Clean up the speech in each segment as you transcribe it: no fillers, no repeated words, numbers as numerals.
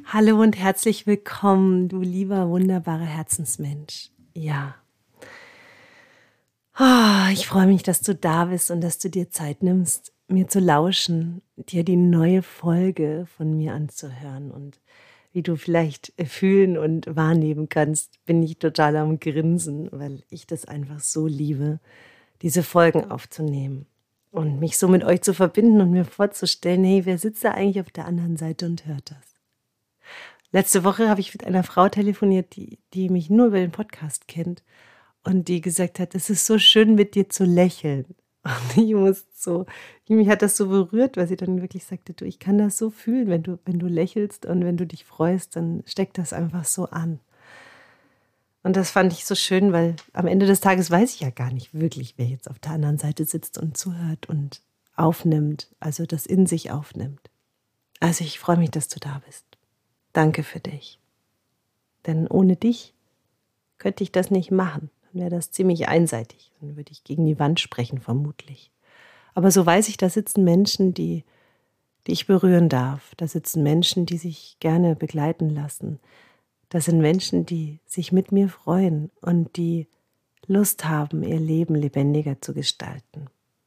Hallo und herzlich willkommen, du lieber, wunderbarer Herzensmensch. Ja, ich freue mich, dass du da bist und dass du dir Zeit nimmst, mir zu lauschen, dir die neue Folge von mir anzuhören. Und wie du vielleicht fühlen und wahrnehmen kannst, bin ich total am Grinsen, weil ich das einfach so liebe, diese Folgen aufzunehmen und mich so mit euch zu verbinden und mir vorzustellen, hey, wer sitzt da eigentlich auf der anderen Seite und hört das? Letzte Woche habe ich mit einer Frau telefoniert, die mich nur über den Podcast kennt und die gesagt hat, es ist so schön, mit dir zu lächeln. Und mich hat das so berührt, weil sie dann wirklich sagte, du, ich kann das so fühlen, wenn du lächelst und wenn du dich freust, dann steckt das einfach so an. Und das fand ich so schön, weil am Ende des Tages weiß ich ja gar nicht wirklich, wer jetzt auf der anderen Seite sitzt und zuhört und aufnimmt, also das in sich aufnimmt. Also ich freue mich, dass du da bist. Danke für dich. Denn ohne dich könnte ich das nicht machen. Dann wäre das ziemlich einseitig. Dann würde ich gegen die Wand sprechen, vermutlich. Aber so weiß ich, da sitzen Menschen, die ich berühren darf. Da sitzen Menschen, die sich gerne begleiten lassen. Da sind Menschen, die sich mit mir freuen und die Lust haben, ihr Leben lebendiger zu gestalten.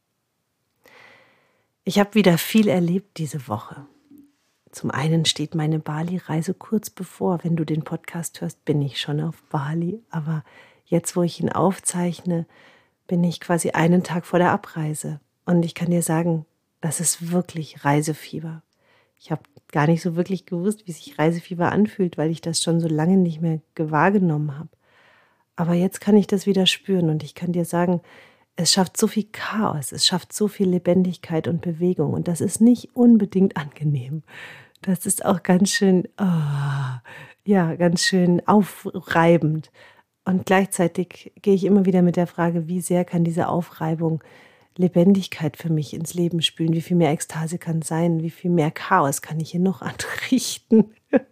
Ich habe wieder viel erlebt diese Woche. Zum einen steht meine Bali-Reise kurz bevor. Wenn du den Podcast hörst, bin ich schon auf Bali. Aber jetzt, wo ich ihn aufzeichne, bin ich quasi einen Tag vor der Abreise. Und ich kann dir sagen, das ist wirklich Reisefieber. Ich habe gar nicht so wirklich gewusst, wie sich Reisefieber anfühlt, weil ich das schon so lange nicht mehr wahrgenommen habe. Aber jetzt kann ich das wieder spüren und ich kann dir sagen, es schafft so viel Chaos, es schafft so viel Lebendigkeit und Bewegung und das ist nicht unbedingt angenehm. Das ist auch ganz schön, ganz schön aufreibend. Und gleichzeitig gehe ich immer wieder mit der Frage, wie sehr kann diese Aufreibung Lebendigkeit für mich ins Leben spülen? Wie viel mehr Ekstase kann sein? Wie viel mehr Chaos kann ich hier noch anrichten?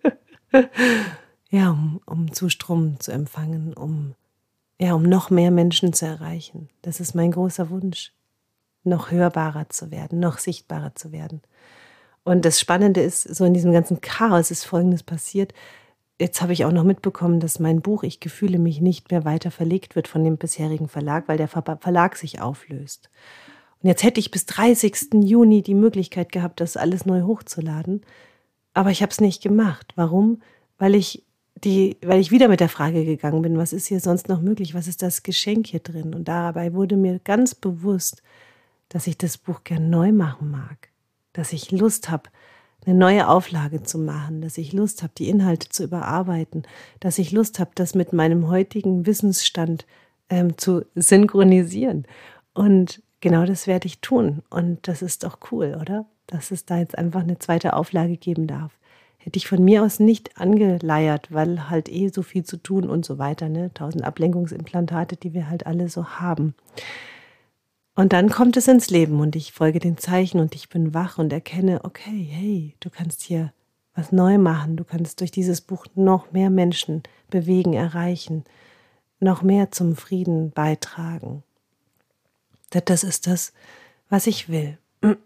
Ja, um Zustrom zu empfangen, um noch mehr Menschen zu erreichen. Das ist mein großer Wunsch, noch hörbarer zu werden, noch sichtbarer zu werden. Und das Spannende ist, so in diesem ganzen Chaos ist Folgendes passiert. Jetzt habe ich auch noch mitbekommen, dass mein Buch Ich gefühle mich nicht mehr weiter verlegt wird von dem bisherigen Verlag, weil der Verlag sich auflöst. Und jetzt hätte ich bis 30. Juni die Möglichkeit gehabt, das alles neu hochzuladen. Aber ich habe es nicht gemacht. Warum? Weil ich wieder mit der Frage gegangen bin, was ist hier sonst noch möglich? Was ist das Geschenk hier drin? Und dabei wurde mir ganz bewusst, dass ich das Buch gern neu machen mag. Dass ich Lust habe, eine neue Auflage zu machen, dass ich Lust habe, die Inhalte zu überarbeiten, dass ich Lust habe, das mit meinem heutigen Wissensstand zu synchronisieren. Und genau das werde ich tun. Und das ist doch cool, oder? Dass es da jetzt einfach eine zweite Auflage geben darf. Hätte ich von mir aus nicht angeleiert, weil halt so viel zu tun und so weiter, ne? 1000 Ablenkungsimplantate, die wir halt alle so haben. Und dann kommt es ins Leben und ich folge den Zeichen und ich bin wach und erkenne, okay, hey, du kannst hier was neu machen, du kannst durch dieses Buch noch mehr Menschen bewegen, erreichen, noch mehr zum Frieden beitragen. Das ist das, was ich will.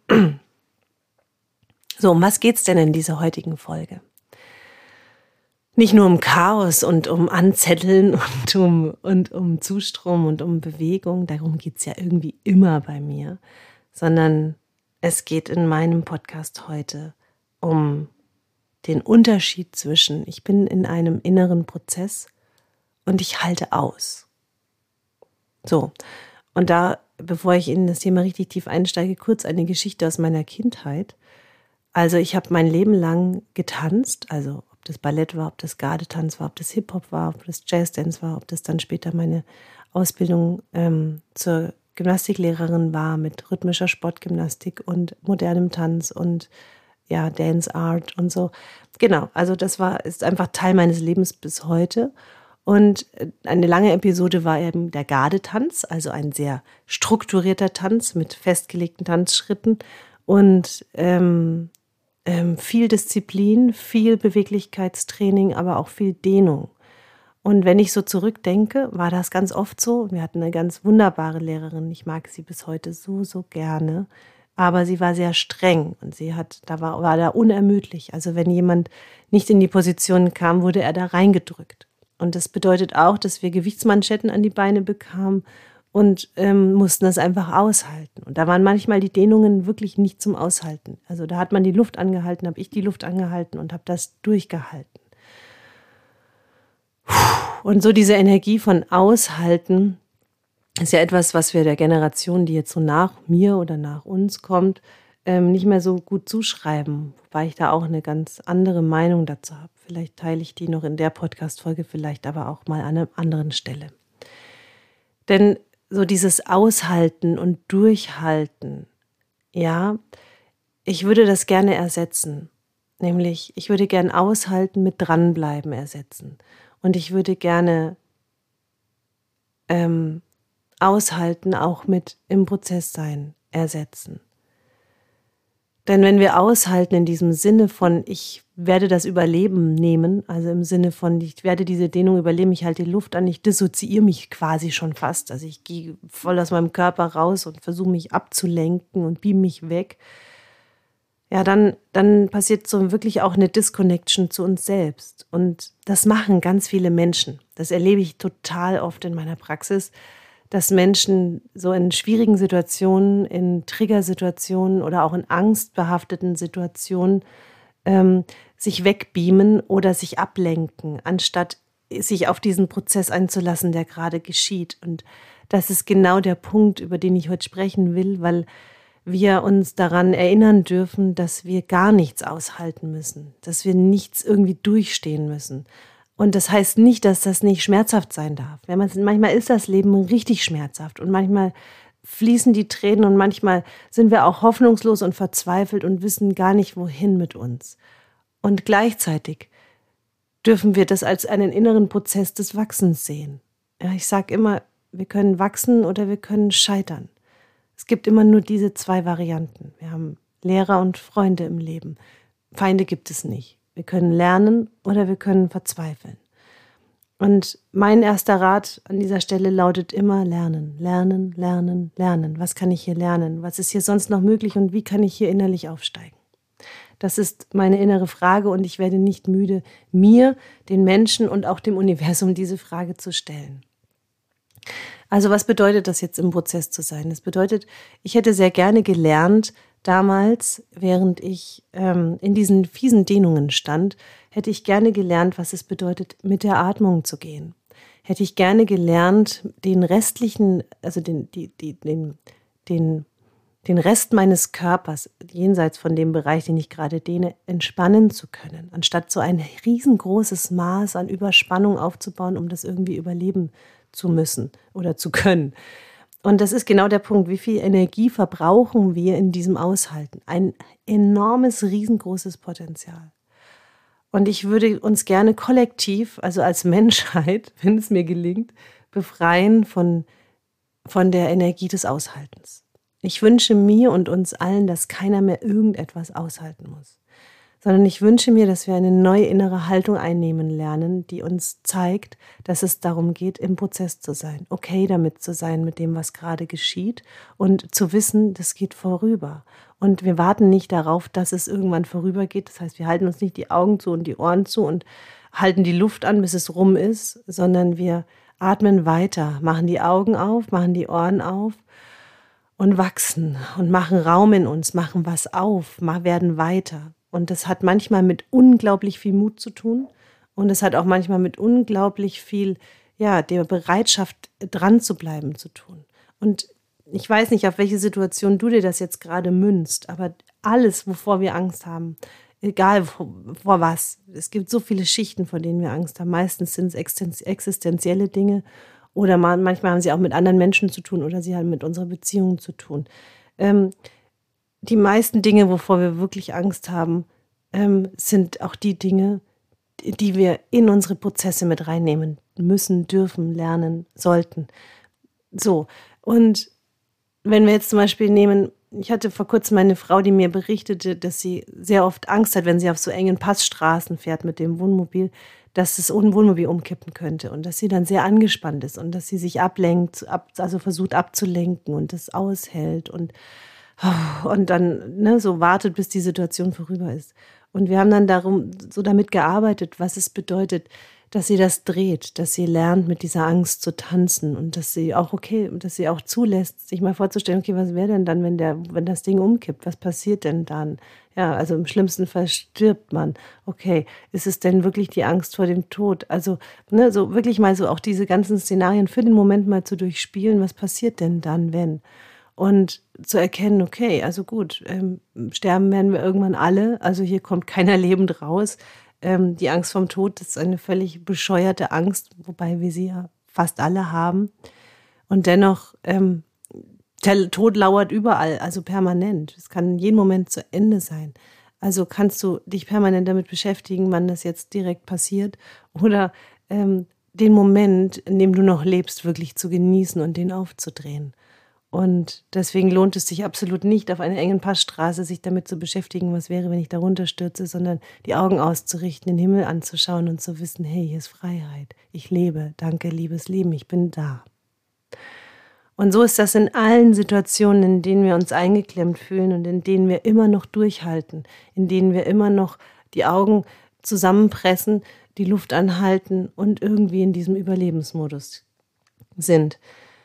So, um was geht's denn in dieser heutigen Folge? Nicht nur um Chaos und um Anzetteln und um Zustrom und um Bewegung, darum geht's ja irgendwie immer bei mir, sondern es geht in meinem Podcast heute um den Unterschied zwischen, ich bin in einem inneren Prozess und ich halte aus. So, und da, bevor ich in das Thema richtig tief einsteige, kurz eine Geschichte aus meiner Kindheit. Also ich habe mein Leben lang getanzt, also ob das Ballett war, ob das Gardetanz war, ob das Hip-Hop war, ob das Jazzdance war, ob das dann später meine Ausbildung zur Gymnastiklehrerin war mit rhythmischer Sportgymnastik und modernem Tanz und ja, Dance Art und so. Genau, also ist einfach Teil meines Lebens bis heute. Und eine lange Episode war eben der Gardetanz, also ein sehr strukturierter Tanz mit festgelegten Tanzschritten und viel Disziplin, viel Beweglichkeitstraining, aber auch viel Dehnung. Und wenn ich so zurückdenke, war das ganz oft so. Wir hatten eine ganz wunderbare Lehrerin, ich mag sie bis heute so, so gerne. aber sie war sehr streng und war da unermüdlich. Also wenn jemand nicht in die Position kam, wurde er da reingedrückt. Und das bedeutet auch, dass wir Gewichtsmanschetten an die Beine bekamen und mussten das einfach aushalten. Und da waren manchmal die Dehnungen wirklich nicht zum Aushalten. Also da hat man die Luft angehalten, habe ich die Luft angehalten und habe das durchgehalten. Und so diese Energie von Aushalten ist ja etwas, was wir der Generation, die jetzt so nach mir oder nach uns kommt, nicht mehr so gut zuschreiben. Wobei ich da auch eine ganz andere Meinung dazu habe. Vielleicht teile ich die noch in der Podcast-Folge, vielleicht aber auch mal an einer anderen Stelle. Denn so dieses Aushalten und Durchhalten, ja, ich würde das gerne ersetzen. Nämlich, ich würde gerne Aushalten mit Dranbleiben ersetzen. Und ich würde gerne Aushalten auch mit im Prozess sein ersetzen. Denn wenn wir aushalten in diesem Sinne von, ich werde das Überleben nehmen, also im Sinne von, ich werde diese Dehnung überleben, ich halte die Luft an, ich dissoziiere mich quasi schon fast, also ich gehe voll aus meinem Körper raus und versuche mich abzulenken und beam mich weg, ja, dann passiert so wirklich auch eine Disconnection zu uns selbst. Und das machen ganz viele Menschen. Das erlebe ich total oft in meiner Praxis, dass Menschen so in schwierigen Situationen, in Triggersituationen oder auch in angstbehafteten Situationen sich wegbeamen oder sich ablenken, anstatt sich auf diesen Prozess einzulassen, der gerade geschieht. Und das ist genau der Punkt, über den ich heute sprechen will, weil wir uns daran erinnern dürfen, dass wir gar nichts aushalten müssen, dass wir nichts irgendwie durchstehen müssen. Und das heißt nicht, dass das nicht schmerzhaft sein darf. Manchmal ist das Leben richtig schmerzhaft und manchmal fließen die Tränen und manchmal sind wir auch hoffnungslos und verzweifelt und wissen gar nicht, wohin mit uns. Und gleichzeitig dürfen wir das als einen inneren Prozess des Wachsens sehen. Ja, ich sage immer, wir können wachsen oder wir können scheitern. Es gibt immer nur diese zwei Varianten. Wir haben Lehrer und Freunde im Leben. Feinde gibt es nicht. Wir können lernen oder wir können verzweifeln. Und mein erster Rat an dieser Stelle lautet immer lernen, lernen, lernen, lernen. Was kann ich hier lernen? Was ist hier sonst noch möglich und wie kann ich hier innerlich aufsteigen? Das ist meine innere Frage und ich werde nicht müde, mir, den Menschen und auch dem Universum diese Frage zu stellen. Also was bedeutet das jetzt im Prozess zu sein? Das bedeutet, ich hätte sehr gerne gelernt, damals, während ich in diesen fiesen Dehnungen stand, hätte ich gerne gelernt, was es bedeutet, mit der Atmung zu gehen. Hätte ich gerne gelernt, den restlichen, also den Rest meines Körpers, jenseits von dem Bereich, den ich gerade dehne, entspannen zu können, anstatt so ein riesengroßes Maß an Überspannung aufzubauen, um das irgendwie überleben zu müssen oder zu können. Und das ist genau der Punkt, wie viel Energie verbrauchen wir in diesem Aushalten? Ein enormes, riesengroßes Potenzial. Und ich würde uns gerne kollektiv, also als Menschheit, wenn es mir gelingt, befreien von der Energie des Aushaltens. Ich wünsche mir und uns allen, dass keiner mehr irgendetwas aushalten muss, sondern ich wünsche mir, dass wir eine neue innere Haltung einnehmen lernen, die uns zeigt, dass es darum geht, im Prozess zu sein, okay damit zu sein mit dem, was gerade geschieht und zu wissen, das geht vorüber. Und wir warten nicht darauf, dass es irgendwann vorübergeht. Das heißt, wir halten uns nicht die Augen zu und die Ohren zu und halten die Luft an, bis es rum ist, sondern wir atmen weiter, machen die Augen auf, machen die Ohren auf und wachsen und machen Raum in uns, machen was auf, werden weiter. Und das hat manchmal mit unglaublich viel Mut zu tun und es hat auch manchmal mit unglaublich viel, ja, der Bereitschaft, dran zu bleiben zu tun. Und ich weiß nicht, auf welche Situation du dir das jetzt gerade münzt, aber alles, wovor wir Angst haben, egal vor was, es gibt so viele Schichten, vor denen wir Angst haben. Meistens sind es existenzielle Dinge oder manchmal haben sie auch mit anderen Menschen zu tun oder sie haben mit unserer Beziehung zu tun. Die meisten Dinge, wovor wir wirklich Angst haben, sind auch die Dinge, die wir in unsere Prozesse mit reinnehmen müssen, dürfen, lernen, sollten. So, und wenn wir jetzt zum Beispiel nehmen, ich hatte vor kurzem eine Frau, die mir berichtete, dass sie sehr oft Angst hat, wenn sie auf so engen Passstraßen fährt mit dem Wohnmobil, dass das Wohnmobil umkippen könnte und dass sie dann sehr angespannt ist und dass sie sich ablenkt, also versucht abzulenken und das aushält und und dann so wartet, bis die Situation vorüber ist. Und wir haben dann so damit gearbeitet, was es bedeutet, dass sie das dreht, dass sie lernt, mit dieser Angst zu tanzen und dass sie auch zulässt, sich mal vorzustellen, okay, was wäre denn dann, wenn das Ding umkippt? Was passiert denn dann? Ja, also im schlimmsten Fall stirbt man. Okay, ist es denn wirklich die Angst vor dem Tod? Also, so wirklich mal so auch diese ganzen Szenarien für den Moment mal zu durchspielen, was passiert denn dann, wenn? Und zu erkennen, okay, also gut, sterben werden wir irgendwann alle, also hier kommt keiner lebend raus. Die Angst vorm Tod ist eine völlig bescheuerte Angst, wobei wir sie ja fast alle haben. Und dennoch, der Tod lauert überall, also permanent. Es kann jeden Moment zu Ende sein. Also kannst du dich permanent damit beschäftigen, wann das jetzt direkt passiert oder den Moment, in dem du noch lebst, wirklich zu genießen und den aufzudrehen. Und deswegen lohnt es sich absolut nicht, auf einer engen Passstraße sich damit zu beschäftigen, was wäre, wenn ich da runterstürze, sondern die Augen auszurichten, den Himmel anzuschauen und zu wissen, hey, hier ist Freiheit. Ich lebe. Danke, liebes Leben, ich bin da. Und so ist das in allen Situationen, in denen wir uns eingeklemmt fühlen und in denen wir immer noch durchhalten, in denen wir immer noch die Augen zusammenpressen, die Luft anhalten und irgendwie in diesem Überlebensmodus sind.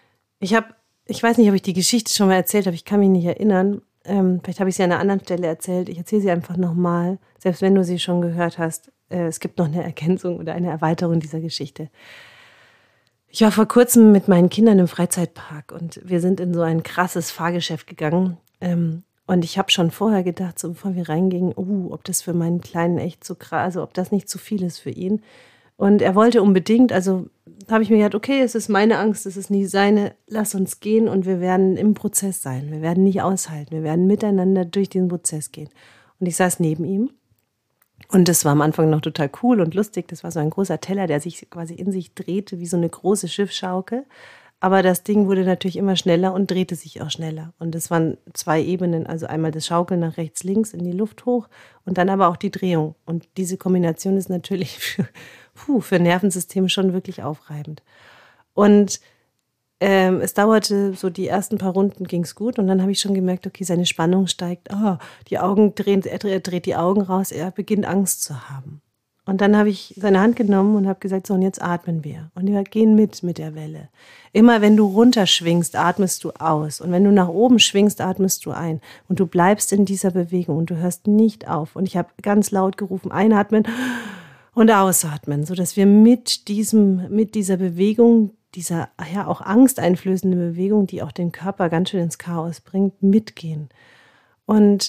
Ich weiß nicht, ob ich die Geschichte schon mal erzählt habe, ich kann mich nicht erinnern. Vielleicht habe ich sie an einer anderen Stelle erzählt. Ich erzähle sie einfach nochmal, selbst wenn du sie schon gehört hast. Es gibt noch eine Ergänzung oder eine Erweiterung dieser Geschichte. Ich war vor kurzem mit meinen Kindern im Freizeitpark und wir sind in so ein krasses Fahrgeschäft gegangen. Und ich habe schon vorher gedacht, so bevor wir reingingen, ob das für meinen Kleinen echt so krass, also ob das nicht zu viel ist für ihn. Und er wollte unbedingt, also habe ich mir gedacht, okay, es ist meine Angst, es ist nie seine, lass uns gehen und wir werden im Prozess sein. Wir werden nicht aushalten, wir werden miteinander durch diesen Prozess gehen. Und ich saß neben ihm und das war am Anfang noch total cool und lustig. Das war so ein großer Teller, der sich quasi in sich drehte wie so eine große Schiffsschaukel. Aber das Ding wurde natürlich immer schneller und drehte sich auch schneller. Und es waren 2 Ebenen, also einmal das Schaukeln nach rechts, links in die Luft hoch und dann aber auch die Drehung. Und diese Kombination ist natürlich für Nervensystem schon wirklich aufreibend. Und es dauerte so die ersten paar Runden, ging es gut und dann habe ich schon gemerkt, okay, seine Spannung steigt, die Augen drehen, er dreht die Augen raus, er beginnt Angst zu haben. Und dann habe ich seine Hand genommen und habe gesagt, so und jetzt atmen wir und wir gehen mit der Welle. Immer wenn du runterschwingst, atmest du aus und wenn du nach oben schwingst, atmest du ein und du bleibst in dieser Bewegung und du hörst nicht auf. Und ich habe ganz laut gerufen, einatmen und ausatmen, sodass wir mit dieser Bewegung, dieser ja auch angsteinflößende Bewegung, die auch den Körper ganz schön ins Chaos bringt, mitgehen. Und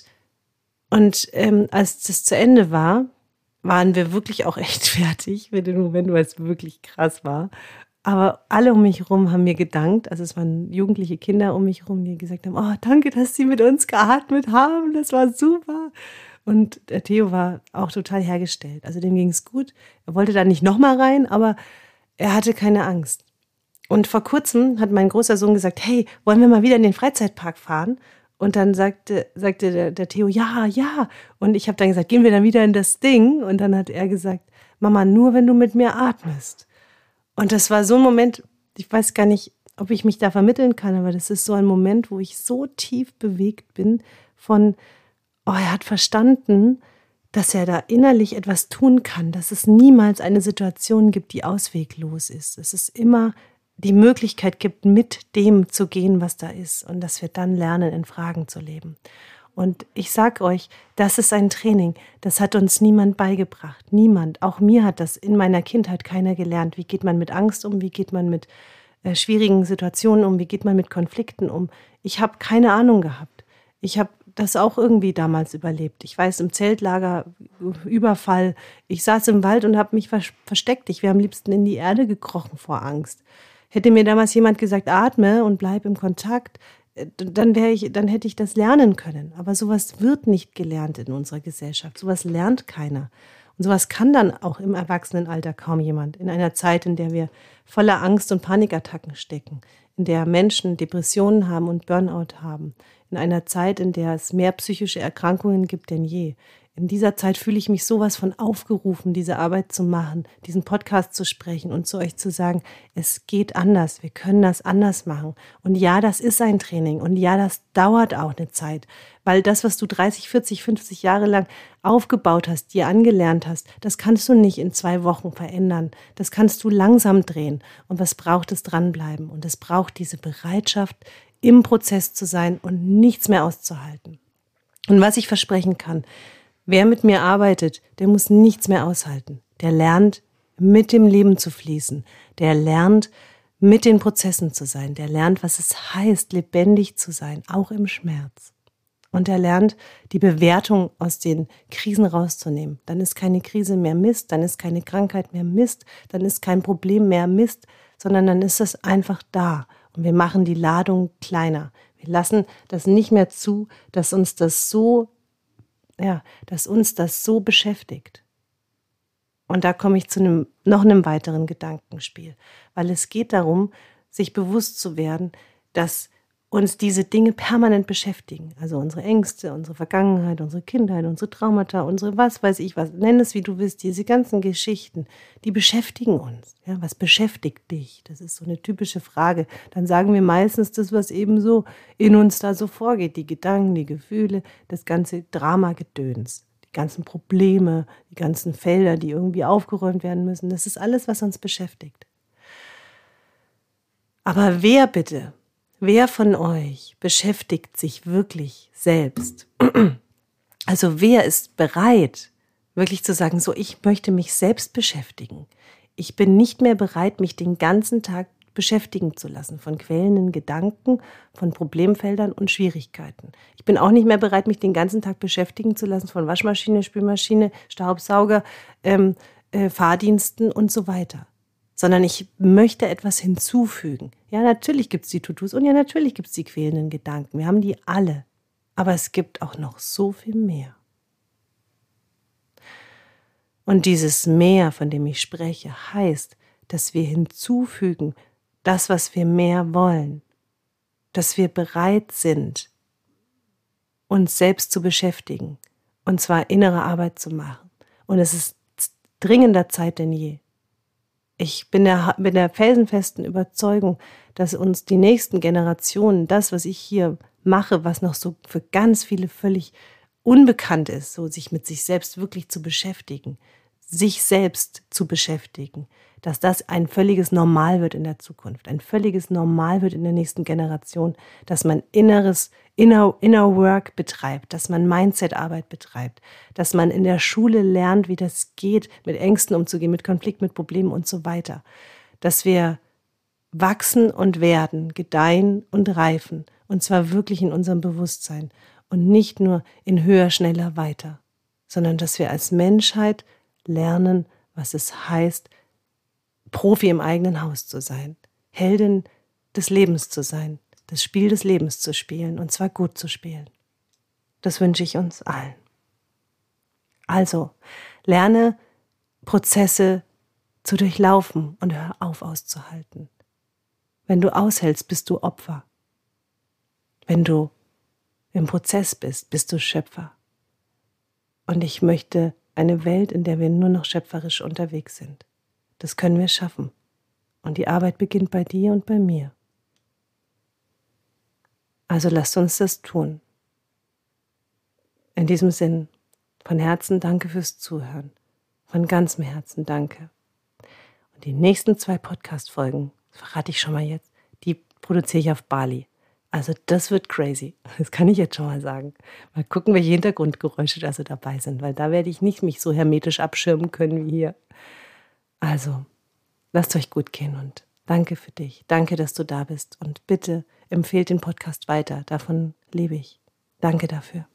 als das zu Ende war, waren wir wirklich auch echt fertig für den Moment, weil es wirklich krass war. Aber alle um mich herum haben mir gedankt, also es waren jugendliche Kinder um mich herum, die gesagt haben, oh, danke, dass Sie mit uns geatmet haben, das war super. Und der Theo war auch total hergestellt, also dem ging es gut. Er wollte da nicht nochmal rein, aber er hatte keine Angst. Und vor kurzem hat mein großer Sohn gesagt, hey, wollen wir mal wieder in den Freizeitpark fahren? Und dann sagte der Theo, ja. Und ich habe dann gesagt, gehen wir dann wieder in das Ding? Und dann hat er gesagt, Mama, nur wenn du mit mir atmest. Und das war so ein Moment, ich weiß gar nicht, ob ich mich da vermitteln kann, aber das ist so ein Moment, wo ich so tief bewegt bin von, er hat verstanden, dass er da innerlich etwas tun kann, dass es niemals eine Situation gibt, die ausweglos ist. Es ist immer die Möglichkeit gibt, mit dem zu gehen, was da ist und dass wir dann lernen, in Fragen zu leben. Und ich sage euch, das ist ein Training, das hat uns niemand beigebracht, niemand. Auch mir hat das in meiner Kindheit keiner gelernt. Wie geht man mit Angst um, wie geht man mit schwierigen Situationen um, wie geht man mit Konflikten um. Ich habe keine Ahnung gehabt. Ich habe das auch irgendwie damals überlebt. Ich weiß, im Zeltlager, Überfall, ich saß im Wald und habe mich versteckt. Ich wäre am liebsten in die Erde gekrochen vor Angst. Hätte mir damals jemand gesagt, atme und bleib im Kontakt, dann hätte ich das lernen können. Aber sowas wird nicht gelernt in unserer Gesellschaft. Sowas lernt keiner. Und sowas kann dann auch im Erwachsenenalter kaum jemand. In einer Zeit, in der wir voller Angst und Panikattacken stecken, in der Menschen Depressionen haben und Burnout haben, in einer Zeit, in der es mehr psychische Erkrankungen gibt denn je, In dieser Zeit fühle ich mich sowas von aufgerufen, diese Arbeit zu machen, diesen Podcast zu sprechen und zu euch zu sagen, es geht anders, wir können das anders machen. Und ja, das ist ein Training und ja, das dauert auch eine Zeit, weil das, was du 30, 40, 50 Jahre lang aufgebaut hast, dir angelernt hast, das kannst du nicht in 2 Wochen verändern. Das kannst du langsam drehen. Und was braucht es? Dranbleiben. Und es braucht diese Bereitschaft, im Prozess zu sein und nichts mehr auszuhalten. Und was ich versprechen kann, wer mit mir arbeitet, der muss nichts mehr aushalten. Der lernt, mit dem Leben zu fließen. Der lernt, mit den Prozessen zu sein. Der lernt, was es heißt, lebendig zu sein, auch im Schmerz. Und er lernt, die Bewertung aus den Krisen rauszunehmen. Dann ist keine Krise mehr Mist, dann ist keine Krankheit mehr Mist, dann ist kein Problem mehr Mist, sondern dann ist es einfach da. Und wir machen die Ladung kleiner. Wir lassen das nicht mehr zu, dass uns das so beschäftigt. Und da komme ich zu noch einem weiteren Gedankenspiel. Weil es geht darum, sich bewusst zu werden, dass uns diese Dinge permanent beschäftigen. Also unsere Ängste, unsere Vergangenheit, unsere Kindheit, unsere Traumata, unsere was weiß ich was, nenn es wie du willst, diese ganzen Geschichten, die beschäftigen uns. Ja, was beschäftigt dich? Das ist so eine typische Frage. Dann sagen wir meistens das, was eben so in uns da so vorgeht. Die Gedanken, die Gefühle, das ganze Drama-Gedöns, die ganzen Probleme, die ganzen Felder, die irgendwie aufgeräumt werden müssen. Das ist alles, was uns beschäftigt. Aber wer von euch beschäftigt sich wirklich selbst? Also wer ist bereit, wirklich zu sagen, so, ich möchte mich selbst beschäftigen. Ich bin nicht mehr bereit, mich den ganzen Tag beschäftigen zu lassen von quälenden Gedanken, von Problemfeldern und Schwierigkeiten. Ich bin auch nicht mehr bereit, mich den ganzen Tag beschäftigen zu lassen von Waschmaschine, Spülmaschine, Staubsauger, Fahrdiensten und so weiter. Sondern ich möchte etwas hinzufügen. Ja, natürlich gibt es die To-Dos und ja, natürlich gibt es die quälenden Gedanken. Wir haben die alle. Aber es gibt auch noch so viel mehr. Und dieses Mehr, von dem ich spreche, heißt, dass wir hinzufügen, das, was wir mehr wollen. Dass wir bereit sind, uns selbst zu beschäftigen. Und zwar innere Arbeit zu machen. Und es ist dringender Zeit denn je. Ich bin der felsenfesten Überzeugung, dass uns die nächsten Generationen, das, was ich hier mache, was noch so für ganz viele völlig unbekannt ist, so sich mit sich selbst wirklich zu beschäftigen, sich selbst zu beschäftigen, dass das ein völliges Normal wird in der Zukunft, ein völliges Normal wird in der nächsten Generation, dass man Inner Work betreibt, dass man Mindset-Arbeit betreibt, dass man in der Schule lernt, wie das geht, mit Ängsten umzugehen, mit Konflikt, mit Problemen und so weiter. Dass wir wachsen und werden, gedeihen und reifen, und zwar wirklich in unserem Bewusstsein und nicht nur in höher, schneller, weiter, sondern dass wir als Menschheit lernen, was es heißt, Profi im eigenen Haus zu sein, Heldin des Lebens zu sein, das Spiel des Lebens zu spielen und zwar gut zu spielen. Das wünsche ich uns allen. Also, lerne Prozesse zu durchlaufen und hör auf auszuhalten. Wenn du aushältst, bist du Opfer. Wenn du im Prozess bist, bist du Schöpfer. Und ich möchte eine Welt, in der wir nur noch schöpferisch unterwegs sind. Das können wir schaffen. Und die Arbeit beginnt bei dir und bei mir. Also lasst uns das tun. In diesem Sinn, von Herzen danke fürs Zuhören. Von ganzem Herzen danke. Und die nächsten 2 Podcast-Folgen, das verrate ich schon mal jetzt, die produziere ich auf Bali. Also das wird crazy. Das kann ich jetzt schon mal sagen. Mal gucken, welche Hintergrundgeräusche da so dabei sind, weil da werde ich nicht mich so hermetisch abschirmen können wie hier. Also, lasst euch gut gehen und danke für dich. Danke, dass du da bist und bitte empfehlt den Podcast weiter. Davon lebe ich. Danke dafür.